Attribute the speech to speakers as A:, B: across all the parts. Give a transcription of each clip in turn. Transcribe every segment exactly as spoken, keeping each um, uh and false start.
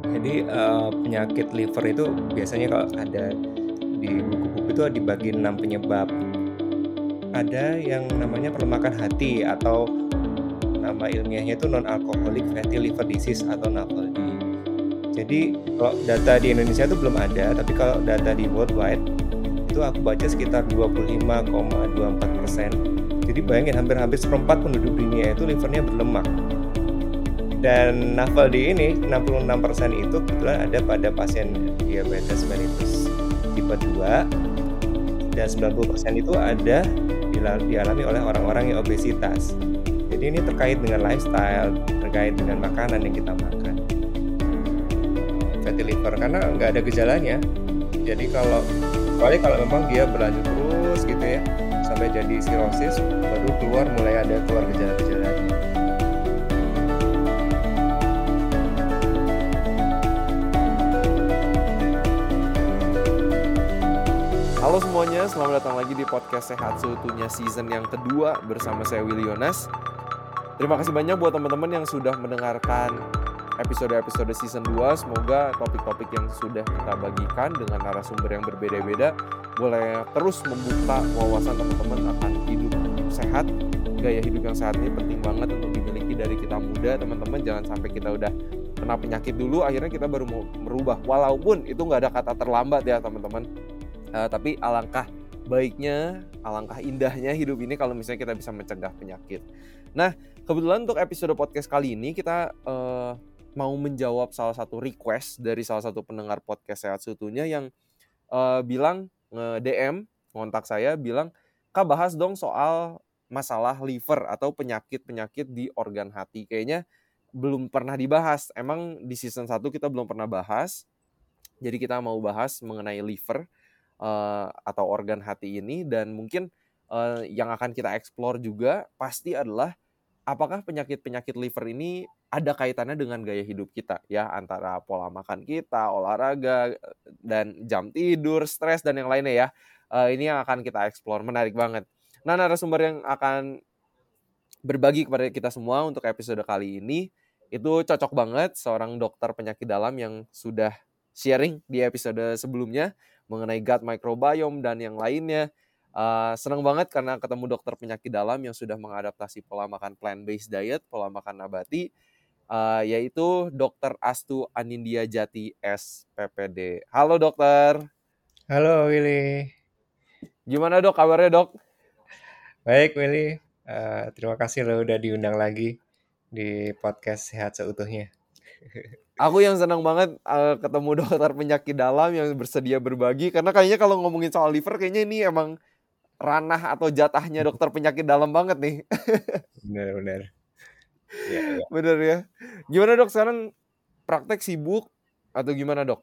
A: Jadi uh, penyakit liver itu biasanya kalau ada di buku-buku itu dibagi enam penyebab. Ada yang namanya pelemakan hati atau nama ilmiahnya itu non-alcoholic fatty liver disease atau NAFLD. Jadi kalau data di Indonesia itu belum ada, tapi kalau data di worldwide itu aku baca sekitar dua puluh lima koma dua empat persen. Jadi bayangin hampir-hampir seperempat penduduk dunia itu livernya berlemak. Dan NAFLD ini enam puluh enam persen itu kebetulan ada pada pasien diabetes mellitus tipe dua, dan sembilan puluh persen itu ada dialami oleh orang-orang yang obesitas. Jadi ini terkait dengan lifestyle, terkait dengan makanan yang kita makan. Fatty liver karena nggak ada gejalanya. Jadi kalau kecuali kalau memang dia berlanjut terus gitu ya sampai jadi sirosis, baru keluar mulai ada keluar gejala-gejalanya.
B: Halo semuanya, selamat datang lagi di podcast Sehat Seutuhnya season yang kedua bersama saya Willy Yonas. Terima kasih banyak buat teman-teman yang sudah mendengarkan episode-episode season dua. Semoga topik-topik yang sudah kita bagikan dengan narasumber yang berbeda-beda boleh terus membuka wawasan teman-teman akan hidup sehat. Gaya hidup yang sehat ini penting banget untuk dimiliki dari kita muda, teman-teman. Jangan sampai kita udah kena penyakit dulu, akhirnya kita baru mau merubah. Walaupun itu nggak ada kata terlambat ya teman-teman. Uh, tapi alangkah baiknya, alangkah indahnya hidup ini kalau misalnya kita bisa mencegah penyakit. Nah, kebetulan untuk episode podcast kali ini kita uh, mau menjawab salah satu request dari salah satu pendengar podcast Sehat Seutuhnya yang uh, bilang nge-D M, kontak saya, bilang, "Kak, bahas dong soal masalah liver atau penyakit-penyakit di organ hati." Kayaknya belum pernah dibahas. Emang di season satu kita belum pernah bahas. Jadi kita mau bahas mengenai liver Uh, atau organ hati ini, dan mungkin uh, yang akan kita explore juga pasti adalah apakah penyakit-penyakit liver ini ada kaitannya dengan gaya hidup kita ya, antara pola makan kita, olahraga, dan jam tidur, stres, dan yang lainnya ya. Uh, ini yang akan kita explore, menarik banget. Nah, narasumber yang akan berbagi kepada kita semua untuk episode kali ini itu cocok banget, seorang dokter penyakit dalam yang sudah sharing di episode sebelumnya mengenai gut microbiome dan yang lainnya. Uh, senang banget karena ketemu dokter penyakit dalam yang sudah mengadaptasi pola makan plant-based diet, pola makan nabati, uh, yaitu dokter Astu Anindya Jati S P P D. Halo dokter.
A: Halo Willy.
B: Gimana dok kabarnya dok?
A: Baik Willy, uh, terima kasih lo udah diundang lagi di podcast Sehat Seutuhnya.
B: Aku yang senang banget uh, ketemu dokter penyakit dalam yang bersedia berbagi, karena kayaknya kalau ngomongin soal liver kayaknya ini emang ranah atau jatahnya dokter penyakit dalam banget nih.
A: Benar-benar. Ya, ya.
B: Bener ya. Gimana dok sekarang, praktek sibuk atau gimana dok?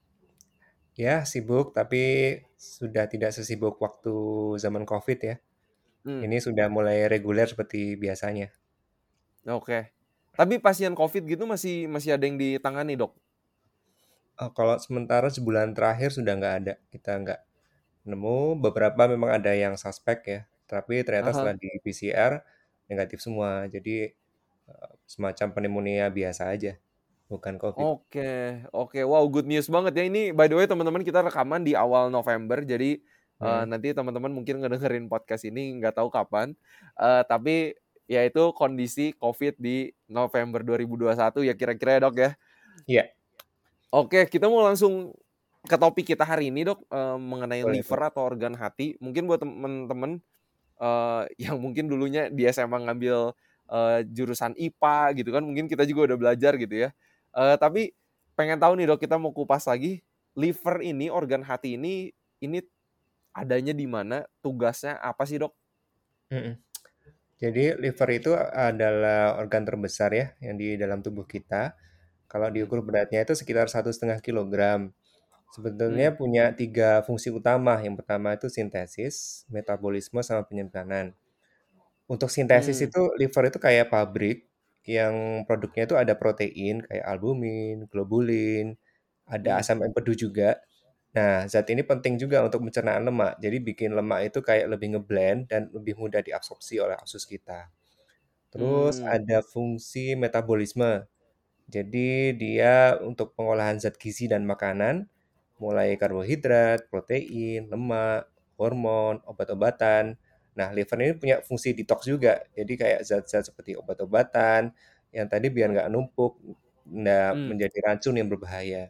A: Ya sibuk, tapi sudah tidak sesibuk waktu zaman COVID ya.
B: Hmm.
A: Ini sudah mulai reguler seperti biasanya.
B: Oke. Tapi pasien COVID gitu masih masih ada yang ditangani dok?
A: Oh, kalau sementara sebulan terakhir sudah nggak ada. Kita nggak nemu. Beberapa memang ada yang suspek ya. Tapi ternyata
B: Aha.
A: setelah di P C R negatif semua. Jadi uh, semacam pneumonia biasa aja, bukan COVID.
B: Oke, oke. Wow, good news banget ya. Ini by the way teman-teman, kita rekaman di awal November. Jadi uh,
A: Hmm.
B: nanti teman-teman mungkin ngedengerin podcast ini nggak tahu kapan. Uh, tapi yaitu kondisi COVID di November dua ribu dua puluh satu ya kira-kira ya dok ya.
A: Iya.
B: Oke, kita mau langsung ke topik kita hari ini dok, uh, mengenai
A: Boleh,
B: liver
A: boleh.
B: atau organ hati. Mungkin buat teman-teman uh, yang mungkin dulunya di S M A ngambil uh, jurusan I P A gitu kan, mungkin kita juga udah belajar gitu ya. Uh, tapi pengen tahu nih dok, kita mau kupas lagi, liver ini, organ hati ini, ini adanya di mana, tugasnya apa sih dok?
A: Mm-mm. Jadi liver itu adalah organ terbesar ya yang di dalam tubuh kita. Kalau
B: Hmm.
A: diukur beratnya itu sekitar satu setengah kilogram.
B: Hmm.
A: Sebetulnya punya tiga fungsi utama. Yang pertama itu sintesis, metabolisme, sama penyimpanan. Untuk sintesis
B: Hmm.
A: itu liver itu kayak pabrik yang produknya itu ada protein kayak albumin, globulin, ada
B: Hmm.
A: asam empedu juga. Nah, zat ini penting juga untuk pencernaan lemak. Jadi bikin lemak itu kayak lebih ngeblend dan lebih mudah diabsorpsi oleh usus kita. Terus
B: Hmm.
A: ada fungsi metabolisme. Jadi dia untuk pengolahan zat gizi dan makanan, mulai karbohidrat, protein, lemak, hormon, obat-obatan. Nah, liver ini punya fungsi detox juga. Jadi kayak zat-zat seperti obat-obatan yang tadi biar nggak numpuk, nggak
B: Hmm.
A: menjadi racun yang berbahaya.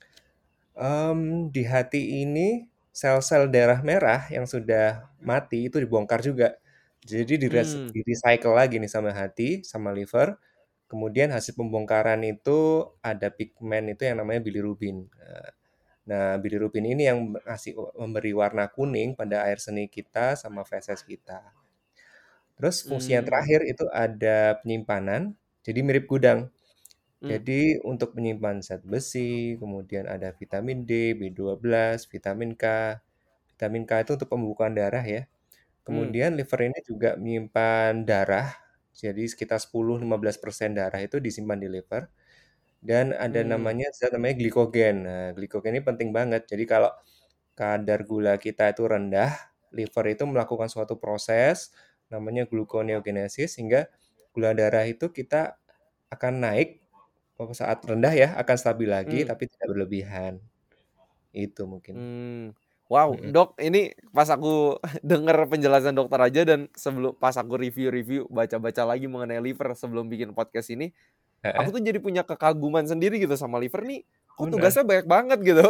A: Mmm, di hati ini sel-sel darah merah yang sudah mati itu dibongkar juga. Jadi dires
B: Hmm.
A: di-recycle lagi nih sama hati, sama liver. Kemudian hasil pembongkaran itu ada pigmen itu yang namanya bilirubin. Eee, nah bilirubin ini yang ngasih memberi warna kuning pada air seni kita sama feses kita. Terus fungsi yang
B: Hmm.
A: terakhir itu ada penyimpanan, jadi mirip gudang.
B: Hmm.
A: Jadi untuk menyimpan zat besi, kemudian ada vitamin D, B dua belas, vitamin K. Vitamin K itu untuk pembukaan darah ya.
B: Hmm.
A: Kemudian liver ini juga menyimpan darah, jadi sekitar sepuluh sampai lima belas persen darah itu disimpan di liver. Dan ada
B: Hmm.
A: namanya zat namanya glikogen. Nah, glikogen ini penting banget. Jadi kalau kadar gula kita itu rendah, liver itu melakukan suatu proses namanya gluconeogenesis sehingga gula darah itu kita akan naik pada saat rendah ya, akan stabil lagi
B: Hmm.
A: tapi tidak berlebihan. Itu mungkin.
B: Hmm. Wow,
A: Mhm.
B: Dok, ini pas aku denger penjelasan dokter aja dan sebelum pas aku review-review, baca-baca lagi mengenai liver sebelum bikin podcast ini, aku
A: Heeh.
B: tuh jadi punya kekaguman sendiri gitu sama liver nih, kok
A: Bener.
B: tugasnya banyak banget gitu.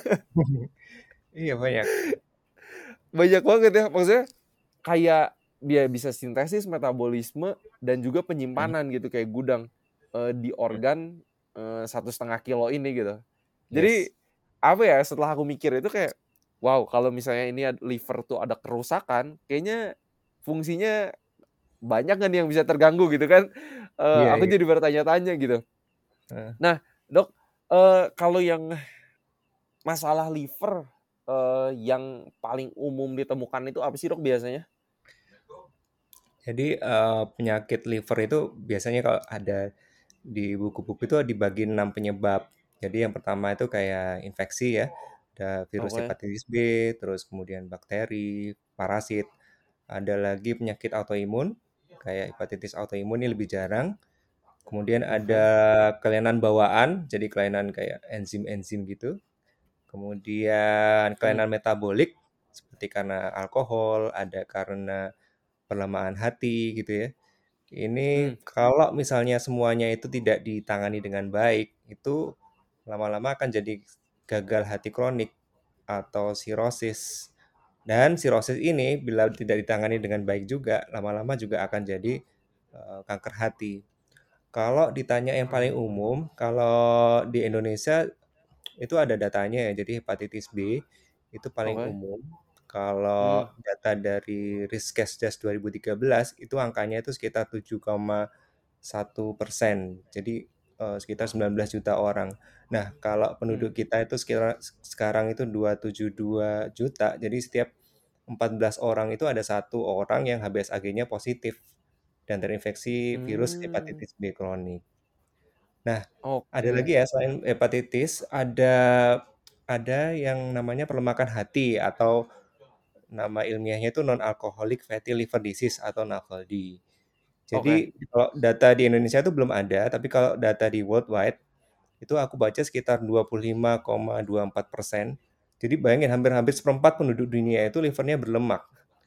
A: Iya banyak.
B: Banyak banget ya, maksudnya kayak dia bisa sintesis, metabolisme, dan juga
A: Mhm.
B: penyimpanan gitu kayak gudang, eee, di
A: Mhm.
B: organ, eee, satu setengah kilo ini gitu.
A: Yes.
B: Jadi, apa ya, setelah aku mikir itu kayak, wow kalau misalnya ini ad liver tuh ada kerusakan, kayaknya fungsinya banyak kan yang bisa terganggu gitu kan, eee,
A: Iya
B: aku
A: iya.
B: jadi bertanya-tanya gitu.
A: Heeh.
B: Nah, Dok, eee, kalau yang masalah liver, eee, yang paling umum ditemukan itu apa sih, Dok, biasanya?
A: Jadi, eee, penyakit liver itu biasanya kalau ada di buku-buku itu dibagi enam penyebab. Jadi yang pertama itu kayak infeksi ya, ada virus
B: Oke.
A: hepatitis B, terus kemudian bakteri, parasit. Ada lagi penyakit autoimun, kayak hepatitis autoimun ini lebih jarang. Kemudian ada
B: Oke.
A: kelainan bawaan, jadi kelainan kayak enzim-enzim gitu. Kemudian
B: Mmm.
A: kelainan metabolik, seperti karena alkohol, ada karena pelemahan hati gitu ya.
B: Mmm.
A: Ini kalau misalnya semuanya itu tidak ditangani dengan baik, itu lama-lama akan jadi gagal hati kronik atau sirosis. Dan sirosis ini bila tidak ditangani dengan baik juga, lama-lama juga akan jadi, eee, kanker hati. Kalau ditanya yang paling umum, kalau di Indonesia itu ada datanya ya, jadi hepatitis B itu paling
B: Oke.
A: umum. Kalau
B: Mmm.
A: data dari Riskesdas dua ribu tiga belas itu angkanya itu sekitar tujuh koma satu persen. Jadi, eee, sekitar sembilan belas juta orang. Nah, kalau
B: Mmm.
A: penduduk kita itu sekira sekarang itu dua ratus tujuh puluh dua juta, jadi setiap empat belas orang itu ada satu orang yang H b s a g-nya positif dan terinfeksi virus
B: Mmm.
A: hepatitis B kronik. Nah, ada
B: Oke.
A: lagi ya selain hepatitis, ada ada yang namanya pelemakan hati atau nama ilmiahnya itu non-alcoholic fatty liver disease atau NAFLD.
B: Oke.
A: Jadi kalau data di Indonesia itu belum ada, tapi kalau data di worldwide itu aku baca sekitar dua puluh lima koma dua empat persen. Jadi bayangin hampir-hampir seperempat penduduk dunia itu livernya berlemak.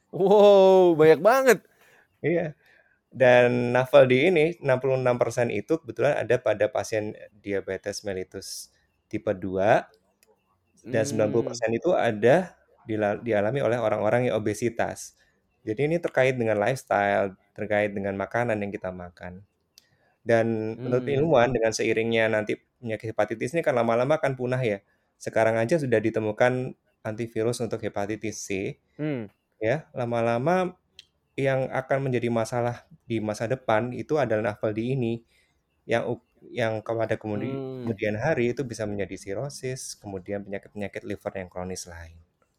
B: Wow, banyak banget.
A: Iya. Dan NAFLD ini enam puluh enam persen itu kebetulan ada pada pasien diabetes mellitus tipe dua dan sembilan puluh
B: Mmm.
A: persen itu ada dila dialami oleh orang-orang yang obesitas. Jadi ini terkait dengan lifestyle, terkait dengan makanan yang kita makan. Dan menurut
B: Mmm.
A: ilmuwan dengan seiringnya nanti penyakit hepatitis ini kan lama-lama akan punah ya. Sekarang aja sudah ditemukan antivirus untuk hepatitis C,
B: Mmm.
A: ya. Lama-lama yang akan menjadi masalah di masa depan itu adalah NAFLD ini, yang up yang kepada kemudi
B: Mmm.
A: kemudian hari itu bisa menjadi sirosis, kemudian penyakit-penyakit liver yang kronis lain.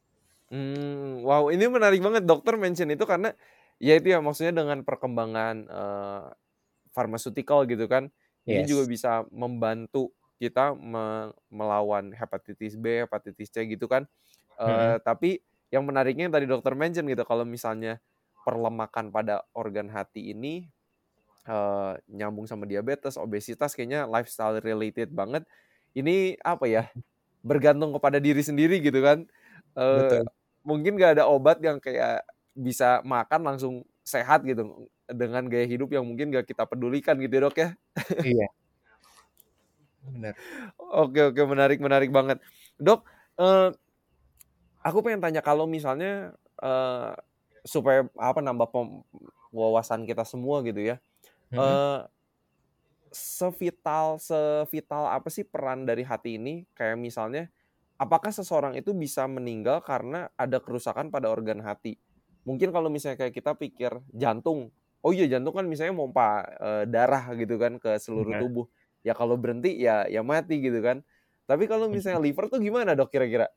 B: Mmm, wow, ini menarik banget dokter mention itu karena, ya itu ya maksudnya dengan perkembangan, eee, pharmaceutical gitu kan, ini juga
A: Yes.
B: bisa membantu kita me melawan hepatitis B, hepatitis C gitu kan. Eee,
A: Mhm.
B: tapi yang menariknya yang tadi dokter mention gitu, kalau misalnya perlemakan pada organ hati ini, eee, nyambung sama diabetes, obesitas, kayaknya lifestyle related banget. Ini apa ya, bergantung kepada diri sendiri gitu kan. Eee,
A: Betul.
B: mungkin nggak ada obat yang kayak bisa makan langsung sehat gitu, dengan gaya hidup yang mungkin nggak kita pedulikan gitu ya, Dok, ya.
A: Iya. Bener.
B: Oke oke, menarik menarik banget. Dok, eee, aku pengen tanya kalau misalnya, eee, supaya apa, nambah pem wawasan kita semua gitu ya,
A: Mhm.
B: eee, sevital sevital apa sih peran dari hati ini? Kayak misalnya, apakah seseorang itu bisa meninggal karena ada kerusakan pada organ hati? Mungkin kalau misalnya kayak kita pikir jantung, oh iya jantung kan misalnya mompa, eee, darah gitu kan ke seluruh
A: Iya.
B: tubuh. Ya kalau berhenti ya ya mati gitu kan. Tapi kalau
A: Mhm.
B: misalnya liver tuh gimana, Dok, kira-kira?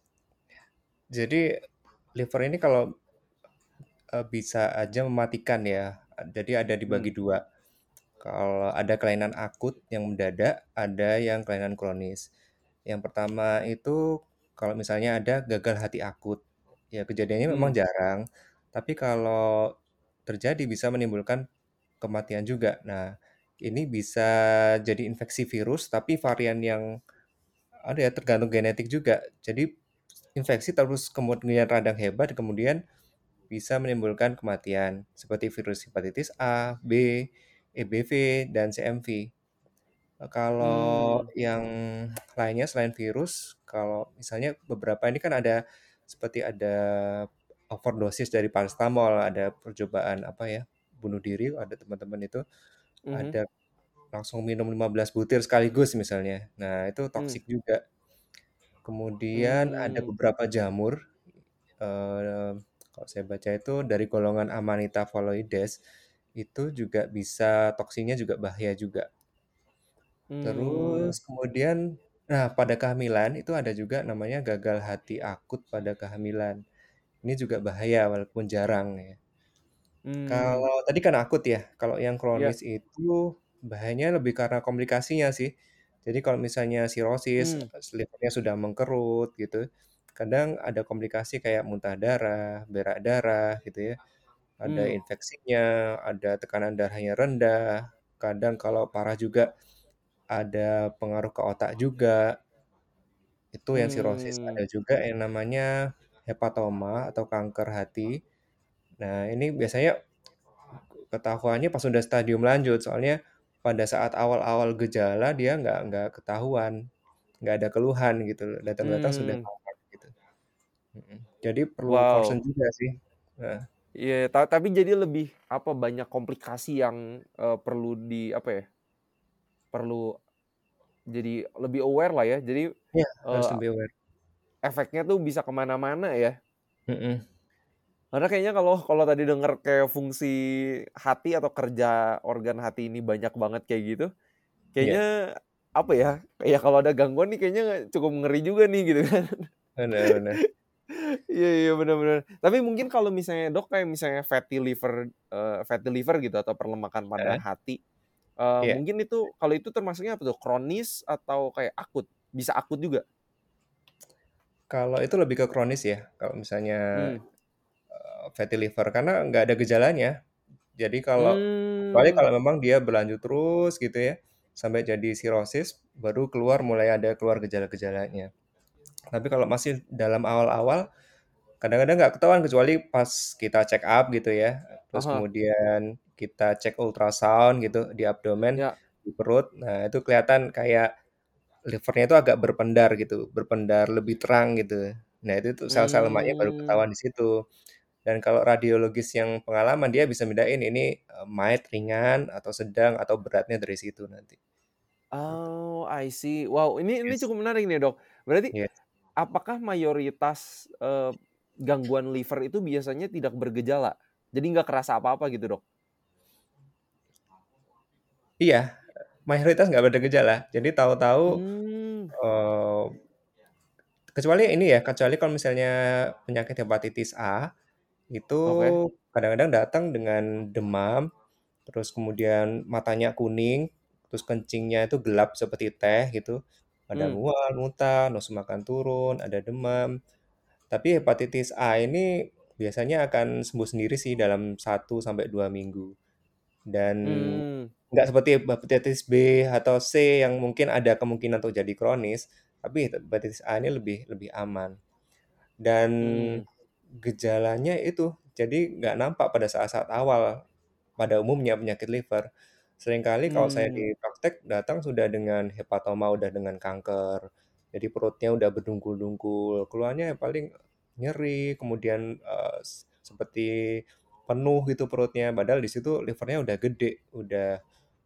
A: Jadi liver ini kalau, eee, bisa aja mematikan ya. Jadi ada
B: Mmm,
A: dibagi dua. Kalau ada kelainan akut yang mendadak, ada yang kelainan kronis. Yang pertama itu kalau misalnya ada gagal hati akut. Ya kejadiannya memang
B: mmm,
A: jarang, tapi kalau terjadi bisa menimbulkan kematian juga. Nah, ini bisa jadi infeksi virus, tapi varian yang ada ya tergantung genetik juga. Jadi infeksi terus kemudian radang hebat, kemudian bisa menimbulkan kematian seperti virus hepatitis A, B, E B V, dan C M V. Eee, kalau
B: mmm,
A: yang lainnya selain virus, kalau misalnya beberapa ini kan ada seperti ada overdosis dari paracetamol, ada percobaan apa ya, bunuh diri, ada teman-teman itu,
B: mhm,
A: ada langsung minum lima belas butir sekaligus misalnya. Nah, itu
B: mmm,
A: toksik juga. Kemudian ada
B: mmm,
A: beberapa jamur, eee, kalau saya baca itu dari golongan Amanita phalloides, itu juga bisa toksinya juga bahaya juga.
B: mmm,
A: Terus kemudian nah pada kehamilan itu ada juga namanya gagal hati akut pada kehamilan. Ini juga bahaya walaupun jarang ya.
B: mmm,
A: Kalau tadi kan akut ya, kalau yang
B: iya,
A: kronis itu bahayanya lebih karena komplikasinya sih. Jadi kalau misalnya sirosis,
B: mmm,
A: livernya sudah mengkerut gitu, kadang ada komplikasi kayak muntah darah, berak darah gitu ya, ada
B: mmm,
A: infeksinya, ada tekanan darahnya rendah, kadang kalau parah juga ada pengaruh ke otak juga, itu yang sirosis.
B: mmm,
A: Ada juga yang namanya hepatoma atau kanker hati. Nah, ini biasanya ketahuannya pas udah stadium lanjut, soalnya pada saat awal-awal gejala dia nggak nggak ketahuan, nggak ada keluhan gitu loh, datang-datang sudah
B: mmm,
A: parah gitu. Mhm. Jadi perlu concern
B: wow.
A: juga sih. Heeh.
B: Iya, ta tapi jadi lebih, apa, banyak komplikasi yang, eee, perlu di apa ya, perlu jadi lebih aware lah ya. Jadi,
A: Iya, harus
B: eee,
A: lebih aware.
B: efeknya tuh bisa ke mana-mana ya.
A: Mhm.
B: Karena kayaknya kalau kalau tadi denger kayak fungsi hati atau kerja organ hati ini banyak banget kayak gitu,
A: Iya,
B: kayaknya, apa ya, ya kalau ada gangguan nih kayaknya cukup ngeri juga nih gitu kan.
A: bener bener.
B: Iya iya, bener bener. Tapi mungkin kalau misalnya Dok kayak misalnya fatty liver, eee, fatty liver gitu atau perlemakan pada
A: Heeh,
B: hati, eee,
A: iya.
B: mungkin itu kalau itu termasuknya apa tuh? Kronis atau kayak akut? Bisa akut juga?
A: Kalau itu lebih ke kronis ya, kalau misalnya,
B: Mmm,
A: eee, fatty liver, karena nggak ada gejalanya. Jadi kalau kecuali
B: mmm,
A: kalau memang dia berlanjut terus gitu ya, sampai jadi sirosis, baru keluar mulai ada keluar gejala-gejalanya. Tapi kalau masih dalam awal-awal, kadang-kadang nggak ketahuan kecuali pas kita check up gitu ya, terus
B: ah
A: kemudian kita cek ultrasound gitu di abdomen,
B: ya,
A: di perut, nah itu kelihatan kayak livernya itu agak berpendar gitu, berpendar lebih terang gitu. Nah itu tuh sel-sel lemaknya baru
B: mmm.
A: ketahuan di situ. Dan kalau radiologis yang pengalaman dia bisa bedain ini, eee, mild, ringan, atau sedang, atau beratnya dari situ nanti, gitu.
B: Oh, I see. Wow, ini ini
A: Yes,
B: cukup menarik nih, Dok. Berarti
A: yes.
B: apakah mayoritas, eee, gangguan liver itu biasanya tidak bergejala? Jadi nggak kerasa apa-apa gitu, Dok?
A: Iya, mayoritas nggak ada gejala. Jadi tahu-tahu,
B: Mmm,
A: eee, kecuali ini ya, kecuali kalau misalnya penyakit hepatitis A, itu
B: oke,
A: kadang-kadang datang dengan demam, terus kemudian matanya kuning, terus kencingnya itu gelap seperti teh gitu, ada
B: mmm.
A: mual, muntah, nafsu makan turun, ada demam. Tapi hepatitis A ini biasanya akan sembuh sendiri sih dalam satu sampai dua minggu. dan
B: Mmm.
A: nggak seperti hepatitis B atau C yang mungkin ada kemungkinan untuk jadi kronis, tapi hepatitis A ini lebih lebih aman. Dan
B: Mmm.
A: gejalanya itu, jadi nggak nampak pada saat-saat awal, pada umumnya penyakit liver. Seringkali kalau saya
B: Mmm.
A: di praktek datang sudah dengan hepatoma, udah dengan kanker, jadi perutnya udah berdungkul-dungkul, keluhannya yang paling nyeri, kemudian, eee, s seperti penuh gitu perutnya, padahal di situ livernya udah gede, udah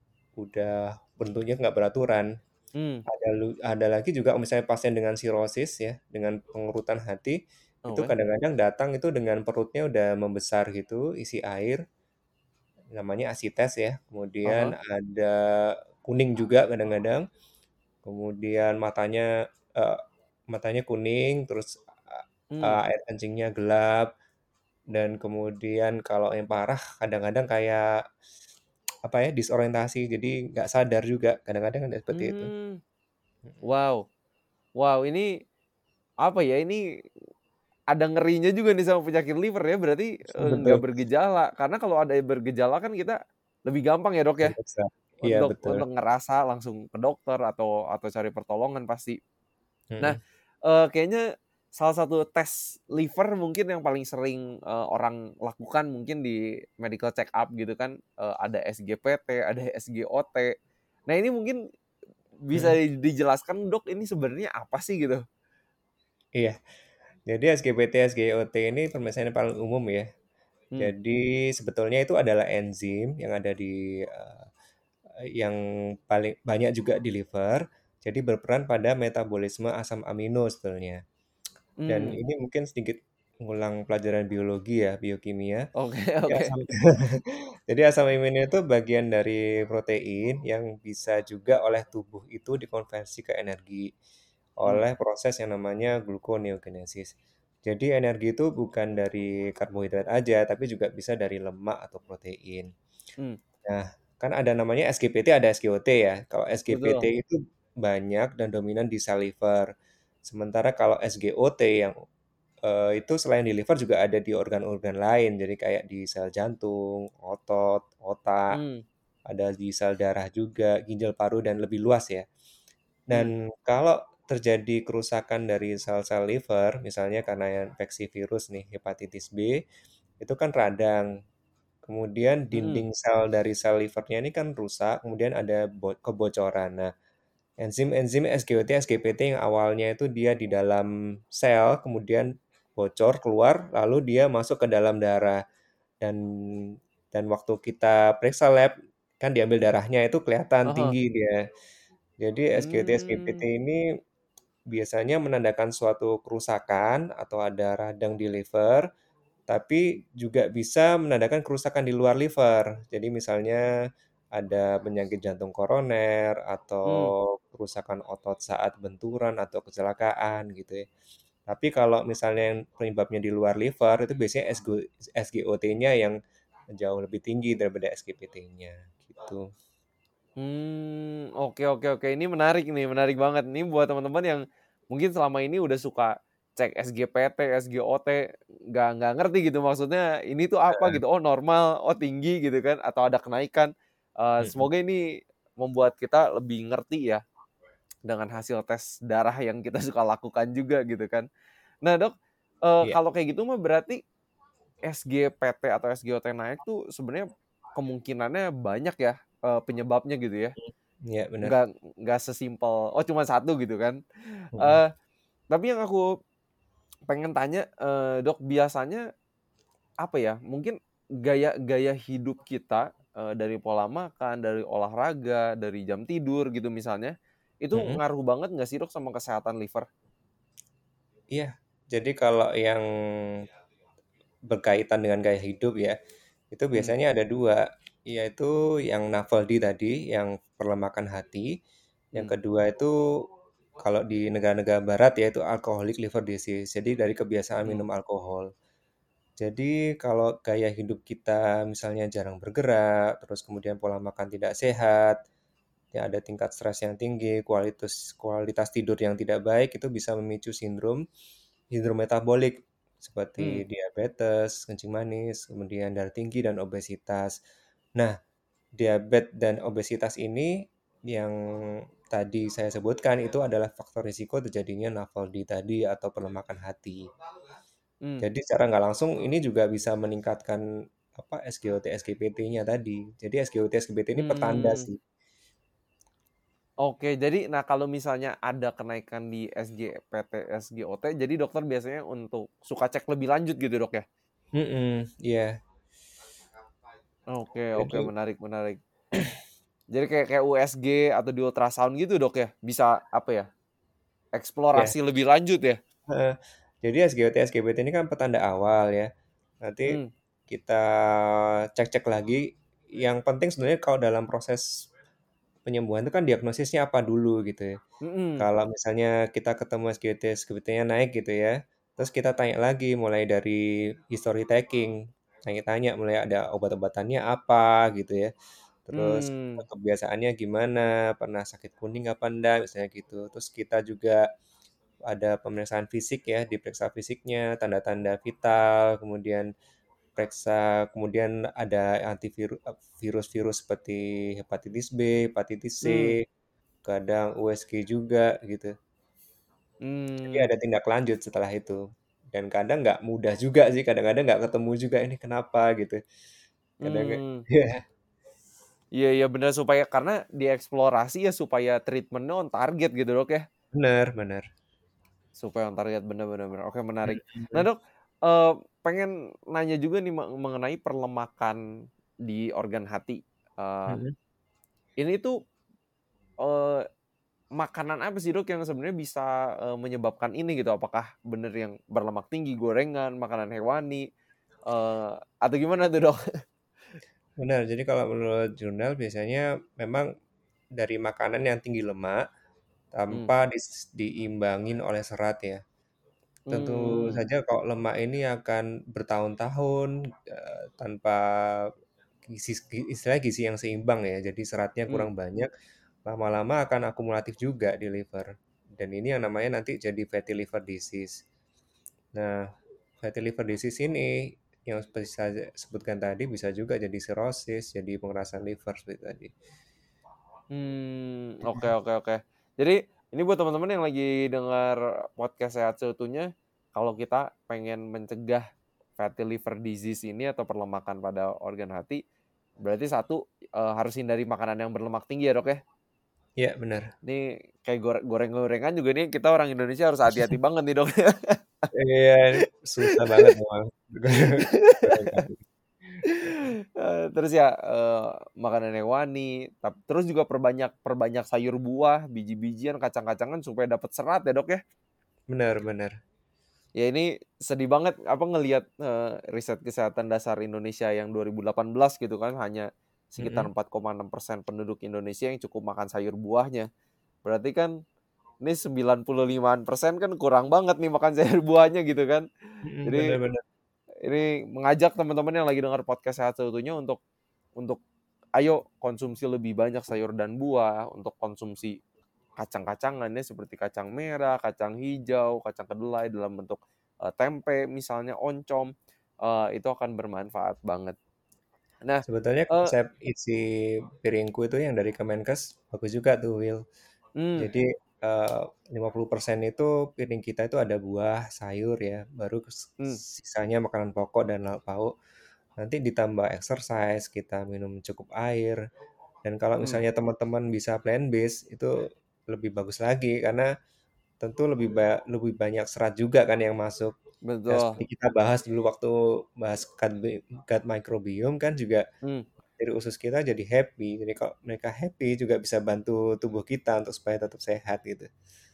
A: udah bentuknya nggak beraturan.
B: Mmm.
A: Ada lu ada lagi juga misalnya pasien dengan sirosis ya, dengan pengerutan hati, itu
B: Oke.
A: kadang-kadang datang itu dengan perutnya udah membesar gitu, isi air, namanya asites ya,
B: Ah
A: kemudian
B: hah.
A: ada kuning juga kadang-kadang, kemudian matanya, eee, matanya kuning, terus,
B: Mmm.
A: eee, air kencingnya gelap, dan kemudian kalau yang parah kadang-kadang kayak, apa ya, disorientasi, jadi nggak sadar juga, kadang-kadang ada seperti itu.
B: Mmm.
A: Mhm.
B: Wow. Wow, ini, apa ya, ini ada ngerinya juga nih sama penyakit liver ya, berarti, eee, nggak
A: Betul.
B: bergejala. Karena kalau ada yang bergejala kan kita lebih gampang ya, Dok, ya,
A: Memeriksa. Iya,
B: untuk
A: betul.
B: untuk ngerasa langsung ke dokter atau atau cari pertolongan pasti. Nah,
A: Mhm.
B: eee, kayaknya salah satu tes liver mungkin yang paling sering, eee, orang lakukan mungkin di medical check up gitu kan, eee, ada S G P T, ada S G O T. Nah, ini mungkin bisa
A: Mhm.
B: dijelaskan, Dok, ini sebenarnya apa sih gitu?
A: Iya. Jadi S G P T, S G O T ini permasalahan yang paling umum ya.
B: Mmm.
A: Jadi sebetulnya itu adalah enzim yang ada di, eee, yang paling banyak juga di liver, jadi berperan pada metabolisme asam amino sebetulnya. Dan
B: Mmm.
A: ini mungkin sedikit ngulang pelajaran biologi ya, biokimia.
B: Oke
A: Jadi
B: oke.
A: asam jadi asam amino itu bagian dari protein yang bisa juga oleh tubuh itu dikonversi ke energi,
B: Mmm.
A: oleh proses yang namanya gluconeogenesis. Jadi energi itu bukan dari karbohidrat aja, tapi juga bisa dari lemak atau protein.
B: Mmm.
A: Nah, kan ada namanya S G P T, ada S G O T ya. Kalau S G P T
B: Betul.
A: itu banyak dan dominan di sel liver. Sementara kalau S G O T yang, eee, itu selain di liver juga ada di organ-organ lain, jadi kayak di sel jantung, otot, otak,
B: Mmm.
A: ada di sel darah juga, ginjal, paru, dan lebih luas ya.
B: Mmm.
A: Dan kalau terjadi kerusakan dari sel-sel liver, misalnya karena infeksi virus nih, hepatitis B, itu kan radang. Kemudian
B: Mhm.
A: dinding sel dari sel livernya ini kan rusak, kemudian ada bo kebocoran. Nah, enzim-enzim S G O T, S G P T yang awalnya itu dia di dalam sel, kemudian bocor keluar, lalu dia masuk ke dalam darah. Dan dan waktu kita periksa lab, kan diambil darahnya itu kelihatan
B: Ah hah.
A: tinggi dia. Jadi S G O T, S G P T
B: Mmm.
A: ini biasanya menandakan suatu kerusakan atau ada radang di liver, tapi juga bisa menandakan kerusakan di luar liver. Jadi misalnya ada penyakit jantung koroner
B: Mmm.
A: atau kerusakan otot saat benturan atau kecelakaan gitu ya. Tapi kalau misalnya yang penyebabnya di luar liver, itu biasanya SG S G O T-nya yang jauh lebih tinggi daripada S G P T-nya, gitu.
B: Mmm, oke oke oke, ini menarik nih, menarik banget. Ini buat teman-teman yang mungkin selama ini udah suka cek S G P T, S G O T, nggak nggak ngerti gitu maksudnya ini tuh apa
A: Heeh.
B: gitu, oh normal, oh tinggi gitu kan, atau ada kenaikan. Eee,
A: Mhm.
B: semoga ini membuat kita lebih ngerti ya, dengan hasil tes darah yang kita suka lakukan juga gitu kan. Nah, Dok, eee,
A: Iya.
B: kalau kayak gitu mah berarti S G P T atau S G O T naik tuh sebenarnya kemungkinannya banyak ya, eee, penyebabnya gitu ya?
A: Mhm. Iya, bener.
B: Nggak nggak sesimpel, oh cuma satu gitu kan.
A: Mhm.
B: Eee, tapi yang aku pengen tanya, eee, Dok, biasanya apa ya, mungkin gaya gaya hidup kita, eee, dari pola makan, dari olahraga, dari jam tidur gitu misalnya, itu
A: Mhm.
B: ngaruh banget nggak sih, Dok, sama kesehatan liver?
A: Iya. Jadi kalau yang berkaitan dengan gaya hidup ya, itu
B: Mmm.
A: biasanya ada dua, yaitu yang NAFLD tadi, yang perlemakan hati. Yang
B: Mmm.
A: kedua itu kalau di negara-negara barat yaitu alcoholic liver disease, jadi dari kebiasaan
B: Mmm.
A: minum alkohol. Jadi kalau gaya hidup kita misalnya jarang bergerak, terus kemudian pola makan tidak sehat, ya ada tingkat stres yang tinggi, kualitas kualitas tidur yang tidak baik, itu bisa memicu sindrom sindrom metabolik
B: Mmm.
A: seperti diabetes, kencing manis, kemudian darah tinggi, dan obesitas. Nah, diabetes dan obesitas ini yang tadi saya sebutkan itu adalah faktor risiko terjadinya NAFLD tadi atau pelemakan hati.
B: Mmm.
A: Jadi secara nggak langsung ini juga bisa meningkatkan apa S G O T, S G P T-nya tadi. Jadi S G O T, S G P T ini pertanda
B: Mmm.
A: sih.
B: Oke, jadi nah kalau misalnya ada kenaikan di S G P T, S G O T, jadi dokter biasanya untuk suka cek lebih lanjut gitu, Dok, ya?
A: Mhm, iya.
B: Oke oke,
A: Jadi
B: menarik menarik. Jadi kayak kayak U S G atau di ultrasound gitu, Dok, ya? Bisa apa ya,
A: ya,
B: eksplorasi lebih lanjut ya?
A: heeh. Jadi S G O T, S G P T ini kan petanda awal ya. Nanti
B: Mmm.
A: kita cek-cek lagi. Yang penting sebenarnya kalau dalam proses penyembuhan itu kan diagnosisnya apa dulu gitu ya.
B: Mhm.
A: Kalau misalnya kita ketemu S G O T, S G P T-nya naik gitu ya, terus kita tanya lagi mulai dari history taking, tanya-tanya mulai ada obat-obatannya apa gitu ya, terus
B: Mmm.
A: kebiasaannya gimana, pernah sakit kuning apa enggak, misalnya gitu. Terus kita juga ada pemeriksaan fisik ya, diperiksa fisiknya, tanda-tanda vital, kemudian periksa kemudian ada antiviru eee, virus-virus seperti hepatitis B, hepatitis C,
B: Mmm.
A: kadang U S G juga gitu. Jadi
B: Mmm.
A: ada tindak lanjut setelah itu. Dan kadang nggak mudah juga sih, kadang-kadang nggak ketemu juga ini kenapa gitu. Kadang kayak
B: Mmm.
A: iya,
B: Iya iya, bener, supaya karena dieksplorasi ya supaya treatment-nya on target gitu, Dok, ya?
A: bener bener.
B: Supaya on target, bener bener bener. Oke, menarik. Nah,
A: Mhm
B: Dok, eee, pengen nanya juga nih meng mengenai perlemakan di organ hati. Eee,
A: mhm.
B: ini tuh, eee, makanan apa sih, Dok, yang sebenarnya bisa, eee, menyebabkan ini gitu? Apakah bener yang berlemak tinggi, gorengan, makanan hewani, eee, atau gimana tuh, Dok?
A: Benar, jadi kalau menurut jurnal biasanya memang dari makanan yang tinggi lemak
B: Mmm.
A: tanpa dis diimbangin oleh serat ya. Tentu
B: Mmm.
A: saja kalau lemak ini akan bertahun-tahun, eee, tanpa gizi istilahnya gizi yang seimbang ya, jadi seratnya
B: Mmm.
A: kurang banyak, lama-lama akan akumulatif juga di liver, dan ini yang namanya nanti jadi fatty liver disease. Nah, fatty liver disease ini yang seperti saya sebutkan tadi bisa juga jadi sirosis, jadi pengerasan liver seperti tadi.
B: Mmm, oke
A: Mhm
B: oke oke. Jadi, ini buat teman-teman yang lagi dengar podcast Sehat Seutuhnya, kalau kita pengen mencegah fatty liver disease ini atau perlemakan pada organ hati, berarti satu, eee, harus hindari makanan yang berlemak tinggi ya, Dok, ya?
A: iya benar.
B: Ini kayak gore goreng-gorengan juga nih kita orang Indonesia harus hati-hati banget nih, Dok.
A: Iya, ini susah banget memang.
B: Eee, terus ya, eee, makanan hewani, tap terus juga perbanyak perbanyak sayur buah, biji-bijian, kacang-kacangan supaya dapat serat ya, Dok, ya?
A: Benar benar.
B: Ya ini sedih banget apa ngelihat, eee, riset kesehatan dasar Indonesia yang dua ribu delapan belas gitu kan, hanya sekitar
A: Mhm
B: empat koma enam persen penduduk Indonesia yang cukup makan sayur buahnya. Berarti kan ini sembilan puluh limaan persen kan kurang banget nih makan sayur buahnya gitu kan.
A: mhm, benar
B: Jadi
A: benar.
B: ini mengajak teman-teman yang lagi dengar podcast Sehat Seutuhnya untuk untuk ayo konsumsi lebih banyak sayur dan buah, untuk konsumsi kacang-kacangannya seperti kacang merah, kacang hijau, kacang kedelai dalam bentuk, eee, tempe misalnya, oncom, eee, itu akan bermanfaat banget. Nah,
A: Sebetulnya
B: eee
A: konsep isi piringku itu yang dari Kemenkes bagus juga tuh, Will.
B: mmm,
A: Jadi, eee, lima puluh persen itu piring kita itu ada buah, sayur ya, baru s
B: mmm,
A: sisanya makanan pokok dan lauk pauk. Nanti ditambah exercise, kita minum cukup air, dan kalau
B: mhm,
A: misalnya teman-teman bisa plant based itu lebih bagus lagi karena tentu lebih ba lebih banyak serat juga kan yang masuk. Ya
B: betul,
A: seperti kita bahas dulu waktu bahas gut bi gut microbiome kan juga
B: mmm,
A: dari usus kita jadi happy. Jadi kalau mereka happy juga bisa bantu tubuh kita untuk supaya tetap sehat gitu.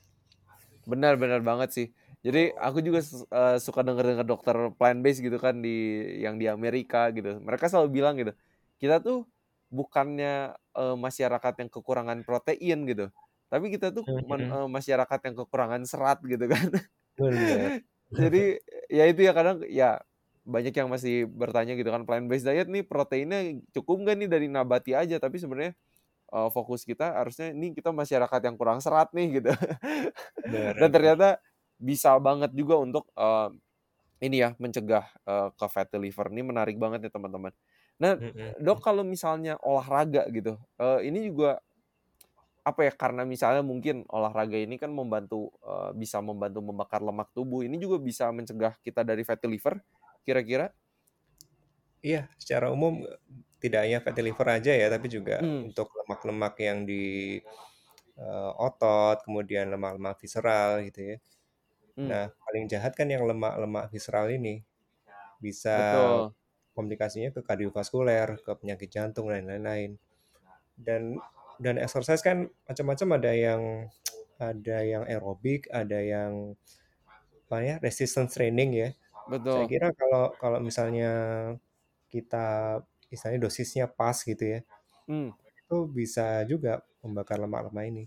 B: benar benar banget sih. Jadi aku juga s eee, suka denger-denger dokter plant based gitu kan di yang di Amerika gitu. Mereka selalu bilang gitu, kita tuh bukannya, eee, masyarakat yang kekurangan protein gitu, tapi kita tuh men
A: Mhm,
B: eee, masyarakat yang kekurangan serat gitu kan.
A: bener.
B: Jadi, ya itu ya kadang ya banyak yang masih bertanya gitu kan, plant based diet nih proteinnya cukup nggak nih dari nabati aja? Tapi sebenarnya, eee, fokus kita harusnya ini kita masyarakat yang kurang serat nih gitu.
A: Bener
B: Dan
A: bener.
B: ternyata bisa banget juga untuk, eee, ini ya mencegah, eee, ke fatty liver. Ini menarik banget ya teman-teman. Nah,
A: Mhm.
B: Dok, kalau misalnya olahraga gitu, eee, ini juga apa ya, karena misalnya mungkin olahraga ini kan membantu, eee, bisa membantu membakar lemak tubuh, ini juga bisa mencegah kita dari fatty liver kira-kira?
A: Iya, secara umum, tidak hanya fatty liver aja ya, tapi juga
B: Mmm,
A: untuk lemak-lemak yang di, eee, otot, kemudian lemak-lemak visceral gitu ya.
B: mmm,
A: Nah, paling jahat kan yang lemak-lemak visceral ini, bisa
B: betul,
A: komplikasinya ke kardiovaskuler, ke penyakit jantung dan lain-lain. Dan dan exercise kan macam-macam, ada yang ada yang aerobik, ada yang apa ya, resistance training ya. Saya
B: betul,
A: kira kalau kalau misalnya kita misalnya dosisnya pas gitu ya,
B: mmm.
A: itu bisa juga membakar lemak-lemak ini.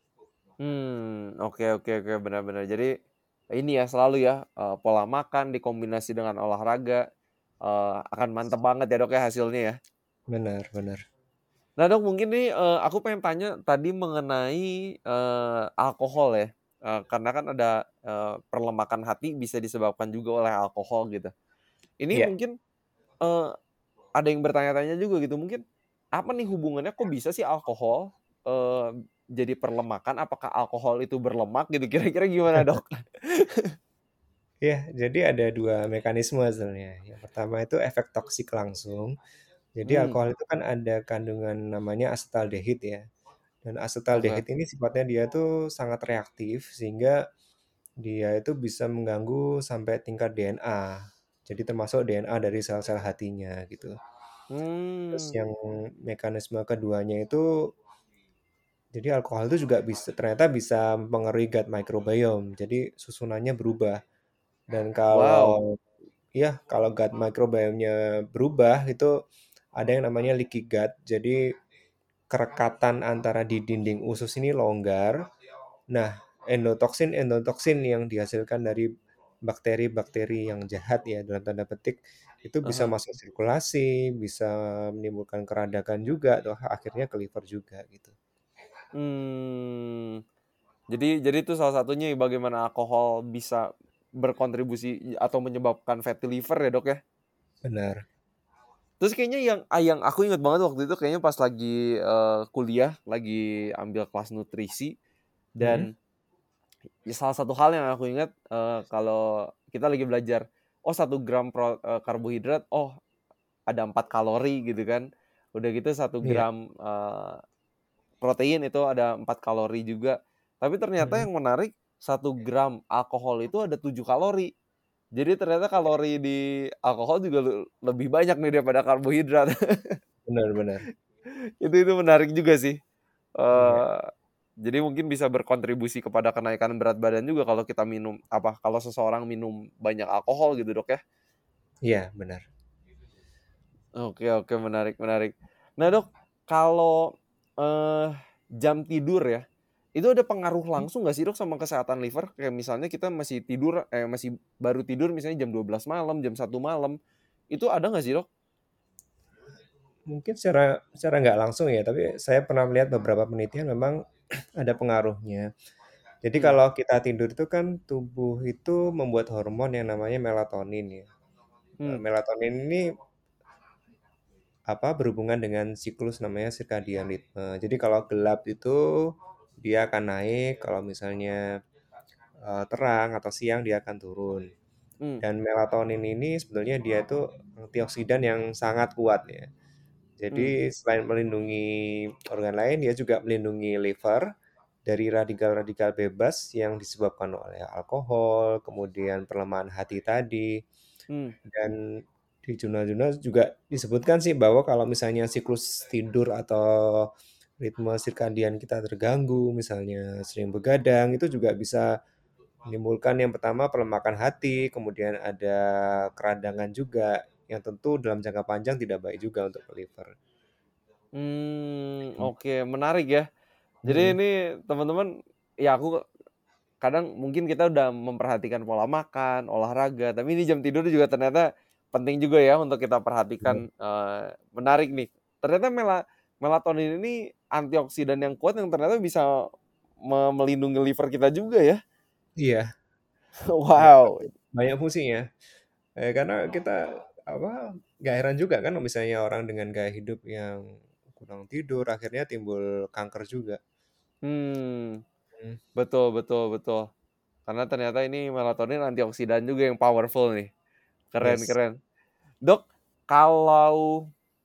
B: Hmm, oke oke oke, benar benar. Jadi, ini ya selalu ya, eee, pola makan dikombinasi dengan olahraga, eee, akan mantap banget ya, Dok, ya, hasilnya ya.
A: Benar benar.
B: Nah, Dok, mungkin nih, eee, aku pengen tanya tadi mengenai, eee, alkohol ya, eee, karena kan ada, eee, perlemakan hati bisa disebabkan juga oleh alkohol gitu. Ini
A: Iya,
B: mungkin, eee, ada yang bertanya-tanya juga gitu, mungkin apa nih hubungannya kok bisa sih alkohol, eee, jadi perlemakan? Apakah alkohol itu berlemak gitu? Kira-kira gimana, Dok?
A: iya, jadi ada dua mekanisme sebenarnya. Yang pertama itu efek toksik langsung. Jadi
B: Mmm,
A: alkohol itu kan ada kandungan namanya asetaldehid ya. Dan
B: oke.
A: asetaldehid ini sifatnya dia tuh sangat reaktif sehingga dia itu bisa mengganggu sampai tingkat D N A. Jadi termasuk D N A dari sel-sel hatinya gitu. Terus
B: Mmm,
A: yang mekanisme keduanya itu, jadi alkohol itu juga bisa ternyata bisa mempengaruhi gut microbiome. Jadi susunannya berubah. Dan
B: wow,
A: kalau ya kalau gut microbiome-nya berubah itu ada yang namanya leaky gut. Jadi kerekatan antara di dinding usus ini longgar. Nah, endotoksin endotoksin yang dihasilkan dari bakteri-bakteri yang jahat ya dalam tanda petik itu bisa
B: ah.
A: masuk sirkulasi, bisa menimbulkan keradakan juga tuh akhirnya ke liver juga gitu.
B: Mmm, jadi jadi itu salah satunya bagaimana alkohol bisa berkontribusi atau menyebabkan fatty liver ya, Dok, ya?
A: Benar.
B: Terus kayaknya yang ah, yang aku inget banget waktu itu kayaknya pas lagi, eee, kuliah, lagi ambil kelas nutrisi
A: Mhm.
B: dan ya salah satu hal yang aku ingat, eee, kalau kita lagi belajar, oh satu gram pro eee, karbohidrat, oh ada empat kalori gitu kan. Udah gitu satu
A: Iya.
B: gram, eee, protein itu ada empat kalori juga. Tapi ternyata
A: Mhm.
B: yang menarik, satu gram alkohol itu ada tujuh kalori. Jadi ternyata kalori di alkohol juga le lebih banyak nih daripada karbohidrat.
A: Benar benar.
B: Itu itu menarik juga sih.
A: Iya.
B: Eee, jadi mungkin bisa berkontribusi kepada kenaikan berat badan juga kalau kita minum apa, kalau seseorang minum banyak alkohol gitu, Dok, ya?
A: Iya, benar.
B: Oke oke, menarik menarik. Nah, Dok, kalau, eee, jam tidur ya, itu ada pengaruh
A: Mhm.
B: langsung nggak sih, Dok, sama kesehatan liver? Kayak misalnya kita masih tidur eh, masih baru tidur misalnya jam dua belas malam, jam satu malam, itu ada nggak sih, Dok?
A: Mungkin secara secara nggak langsung ya, tapi saya pernah melihat beberapa penelitian memang ada pengaruhnya. Jadi
B: Mmm,
A: kalau kita tidur itu kan tubuh itu membuat hormon yang namanya melatonin ya. Eee,
B: mmm,
A: melatonin ini apa, berhubungan dengan siklus namanya circadian rhythm. Jadi kalau gelap itu dia akan naik, kalau misalnya, eee, terang atau siang dia akan turun.
B: mmm,
A: Dan melatonin ini sebetulnya dia itu antioksidan yang sangat kuat ya.
B: mmm,
A: Jadi selain melindungi organ lain, dia juga melindungi liver dari radikal-radikal bebas yang disebabkan oleh alkohol, kemudian pelemahan hati tadi.
B: mmm,
A: Dan di jurnal-jurnal juga disebutkan sih bahwa kalau misalnya siklus tidur atau ritme sirkadian kita terganggu, misalnya sering begadang, itu juga bisa menimbulkan yang pertama pelemakan hati, kemudian ada keradangan juga, yang tentu dalam jangka panjang tidak baik juga untuk liver.
B: mmm, oke, menarik ya. Jadi
A: Mhm,
B: ini teman-teman, ya aku kadang mungkin kita udah memperhatikan pola makan, olahraga, tapi ini jam tidur juga ternyata penting juga ya untuk kita
A: bener.
B: perhatikan, eee, menarik nih. Ternyata mela melatonin ini antioksidan yang kuat yang ternyata bisa me melindungi liver kita juga ya.
A: Iya, ba
B: Wow.
A: banyak fungsinya. Eee, karena kita apa, nggak heran juga kan kalau misalnya orang dengan gaya hidup yang kurang tidur akhirnya timbul kanker juga.
B: Hmm,
A: Mmm,
B: betul betul betul. Karena ternyata ini melatonin antioksidan juga yang powerful nih. Keren
A: yes,
B: keren. Dok, kalau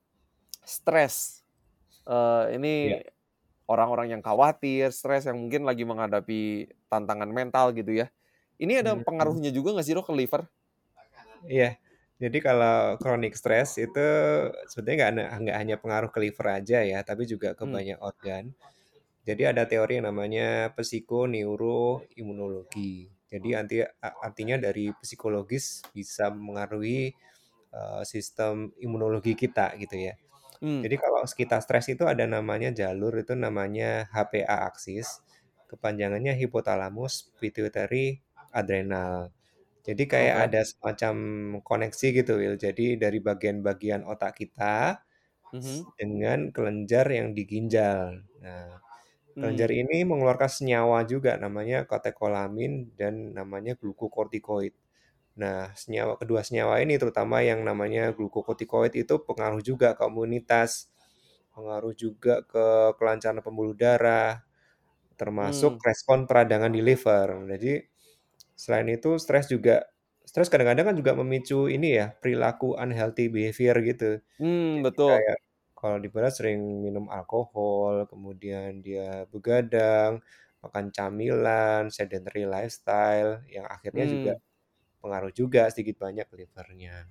B: stres, eee, ini
A: iya,
B: orang-orang yang khawatir, stres, yang mungkin lagi menghadapi tantangan mental gitu ya. Ini ada
A: mhm,
B: pengaruhnya juga nggak sih Dok ke liver?
A: iya. Jadi kalau chronic stress itu sebetulnya nggak na nggak hanya pengaruh ke liver aja ya, tapi juga ke
B: Hmm,
A: banyak organ. Jadi ada teori yang namanya psikoneuroimunologi. Jadi anti a artinya dari psikologis bisa mengaruhi, eee, sistem imunologi kita gitu ya.
B: hmm,
A: Jadi kalau kita stres itu ada namanya jalur itu namanya H P A axis, kepanjangannya Hypothalamus Pituitary Adrenal. Jadi kayak
B: oke.
A: ada semacam koneksi gitu Will, jadi dari bagian-bagian otak kita s
B: Mhm,
A: dengan kelenjar yang di ginjal. Nah, kelenjar
B: mmm,
A: ini mengeluarkan senyawa juga namanya katekolamin dan namanya glukokortikoid. Nah, senyawa kedua senyawa ini terutama yang namanya glukokortikoid itu pengaruh juga ke imunitas, pengaruh juga ke kelancaran pembuluh darah, termasuk
B: mmm,
A: respon peradangan di liver. Jadi, selain itu stres juga stres kadang-kadang kan juga memicu ini ya, perilaku unhealthy behavior gitu.
B: mmm,
A: Jadi
B: betul.
A: kayak kalau di Barat sering minum alkohol, kemudian dia begadang, makan camilan, sedentary lifestyle, yang akhirnya juga
B: Mmm,
A: pengaruh juga sedikit banyak ke livernya.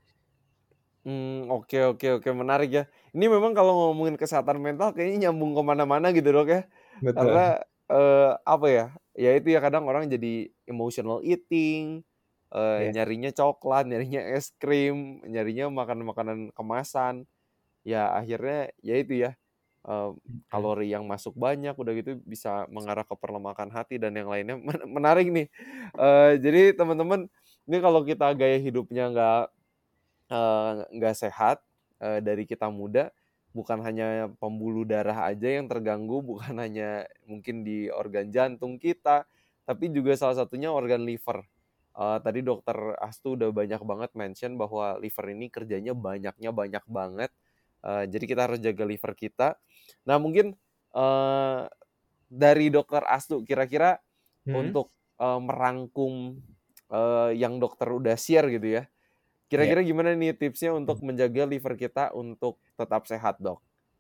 B: mmm, oke oke oke, menarik ya. Ini memang kalau ngomongin kesehatan mental kayaknya nyambung ke mana-mana gitu Dok ya.
A: Betul,
B: Karena, eee, apa ya, ya itu ya kadang orang jadi emotional eating, eee,
A: yes,
B: nyarinya coklat, nyarinya es krim, nyarinya makanan-makanan kemasan. Ya akhirnya ya itu ya, eee,
A: mhm,
B: kalori yang masuk banyak, udah gitu bisa mengarah ke perlemakan hati dan yang lainnya. Men menarik nih, eee, jadi teman-teman, ini kalau kita gaya hidupnya nggak, eee, nggak sehat, eee, dari kita muda, bukan hanya pembuluh darah aja yang terganggu, bukan hanya mungkin di organ jantung kita, tapi juga salah satunya organ liver. Eee, tadi dokter Astu udah banyak banget mention bahwa liver ini kerjanya banyaknya banyak banget, eee, jadi kita harus jaga liver kita. Nah mungkin, eee, dari dokter Astu kira-kira
A: mhm,
B: untuk, eee, merangkum, eee, yang dokter udah share gitu ya,
A: iya,
B: kira-kira gimana nih tipsnya untuk
A: mmm,
B: menjaga liver kita untuk tetap sehat, Dok?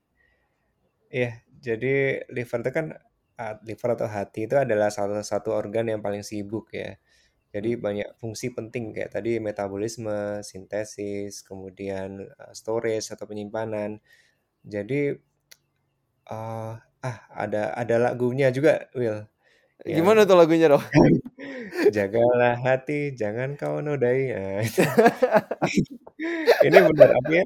A: iya. Jadi liver itu kan, eee, liver atau hati itu adalah salah satu organ yang paling sibuk ya. Jadi
B: Mmm,
A: banyak fungsi penting kayak tadi metabolisme, sintesis, kemudian, eee, storage atau penyimpanan. Jadi, eee, ah, ada ada lagunya juga Will, yang
B: gimana tuh lagunya, Dok?
A: jagalah hati jangan kau nodai, nah itu. Ini benar artinya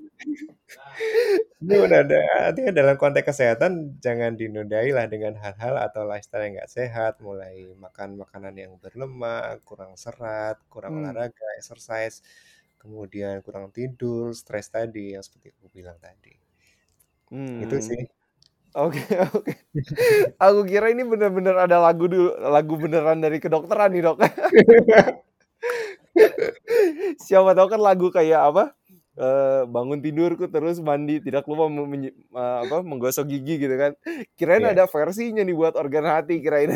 A: ini benar ada artinya dalam konteks kesehatan jangan dinodailah dengan hal-hal atau lifestyle yang nggak sehat, mulai makan makanan yang berlemak, kurang serat, kurang
B: Mmm,
A: olahraga, exercise, kemudian kurang tidur, stres tadi yang seperti aku bilang tadi. Itu sih.
B: mmm, oke oke. Aku kira ini bener-bener ada lagu dulu lagu beneran dari kedokteran nih, Dok. Siapa tahu kan lagu kayak apa, eee, bangun tidurku terus mandi tidak lupa me menyi eee, apa, menggosok gigi gitu kan. Kirain
A: Iya,
B: ada versinya nih buat organ hati kirain.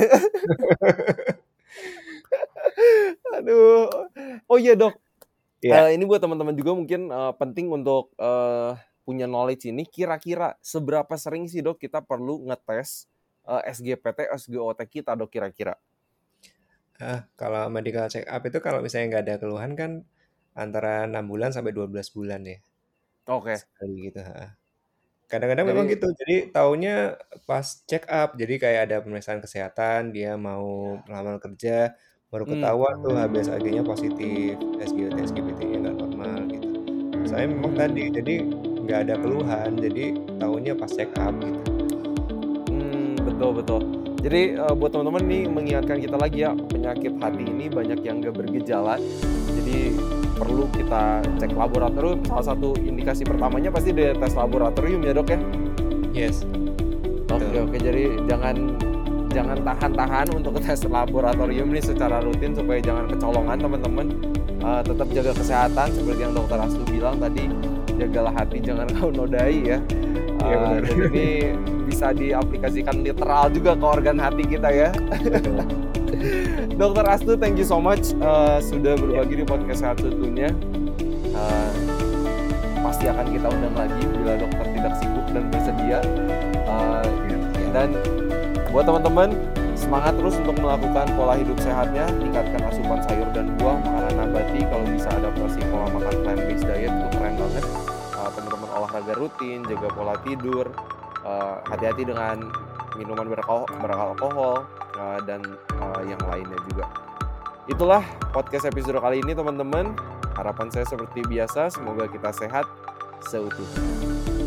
B: Aduh. Oh iya, Dok,
A: iya,
B: eee, ini buat teman-teman juga mungkin, eee, penting untuk, eee, punya knowledge ini, kira-kira seberapa sering sih, Dok, kita perlu ngetes, eee, S G P T, S G O T kita, Dok, kira-kira?
A: heeh, kalau medical check up itu kalau misalnya nggak ada keluhan kan antara enam bulan sampai dua belas bulan ya,
B: Oke,
A: sekali gitu, heeh. Kadang-kadang memang
B: jadi
A: gitu. Jadi taunya pas check up, jadi kayak ada pemeriksaan kesehatan, dia mau melamar kerja, baru
B: mmm,
A: ketahuan tuh H b s a g-nya positif, S G O T, S G P T-nya nggak normal gitu. Soalnya memang tadi,
B: mmm.
A: jadi nggak ada keluhan, jadi taunya pas check up gitu.
B: Hmm, betul betul. Jadi, eee, buat teman-teman nih mengingatkan kita lagi ya, penyakit hati ini banyak yang nggak bergejala, jadi perlu kita cek laboratorium. Salah satu indikasi pertamanya pasti dari tes laboratorium ya, Dok, ya?
A: Yes,
B: Oke
A: betul.
B: oke, jadi jangan jangan tahan-tahan untuk tes laboratorium nih secara rutin supaya jangan kecolongan teman-teman. Uh, tetap jaga kesehatan seperti yang dokter Astu bilang tadi, jagalah hati jangan kau nodai ya. Uh,
A: Iya, benar.
B: Dan ini bisa diaplikasikan literal juga ke organ hati kita ya. dokter Astu, thank you so much uh, sudah berbagi di podcast Sehat Seutuhnya. Uh, pasti akan kita undang lagi bila dokter tidak sibuk dan bersedia. Uh, dan buat teman-teman, semangat terus untuk melakukan pola hidup sehatnya, tingkatkan asupan sayur dan buah, makanan nabati, kalau bisa adaptasi pola makan plant-based diet, itu keren banget. Uh, teman-teman olahraga rutin, jaga pola tidur, uh, hati-hati dengan minuman beralkohol, beralkohol uh, dan uh, yang lainnya juga. Itulah podcast episode kali ini teman-teman. Harapan saya seperti biasa, semoga kita sehat seutuhnya.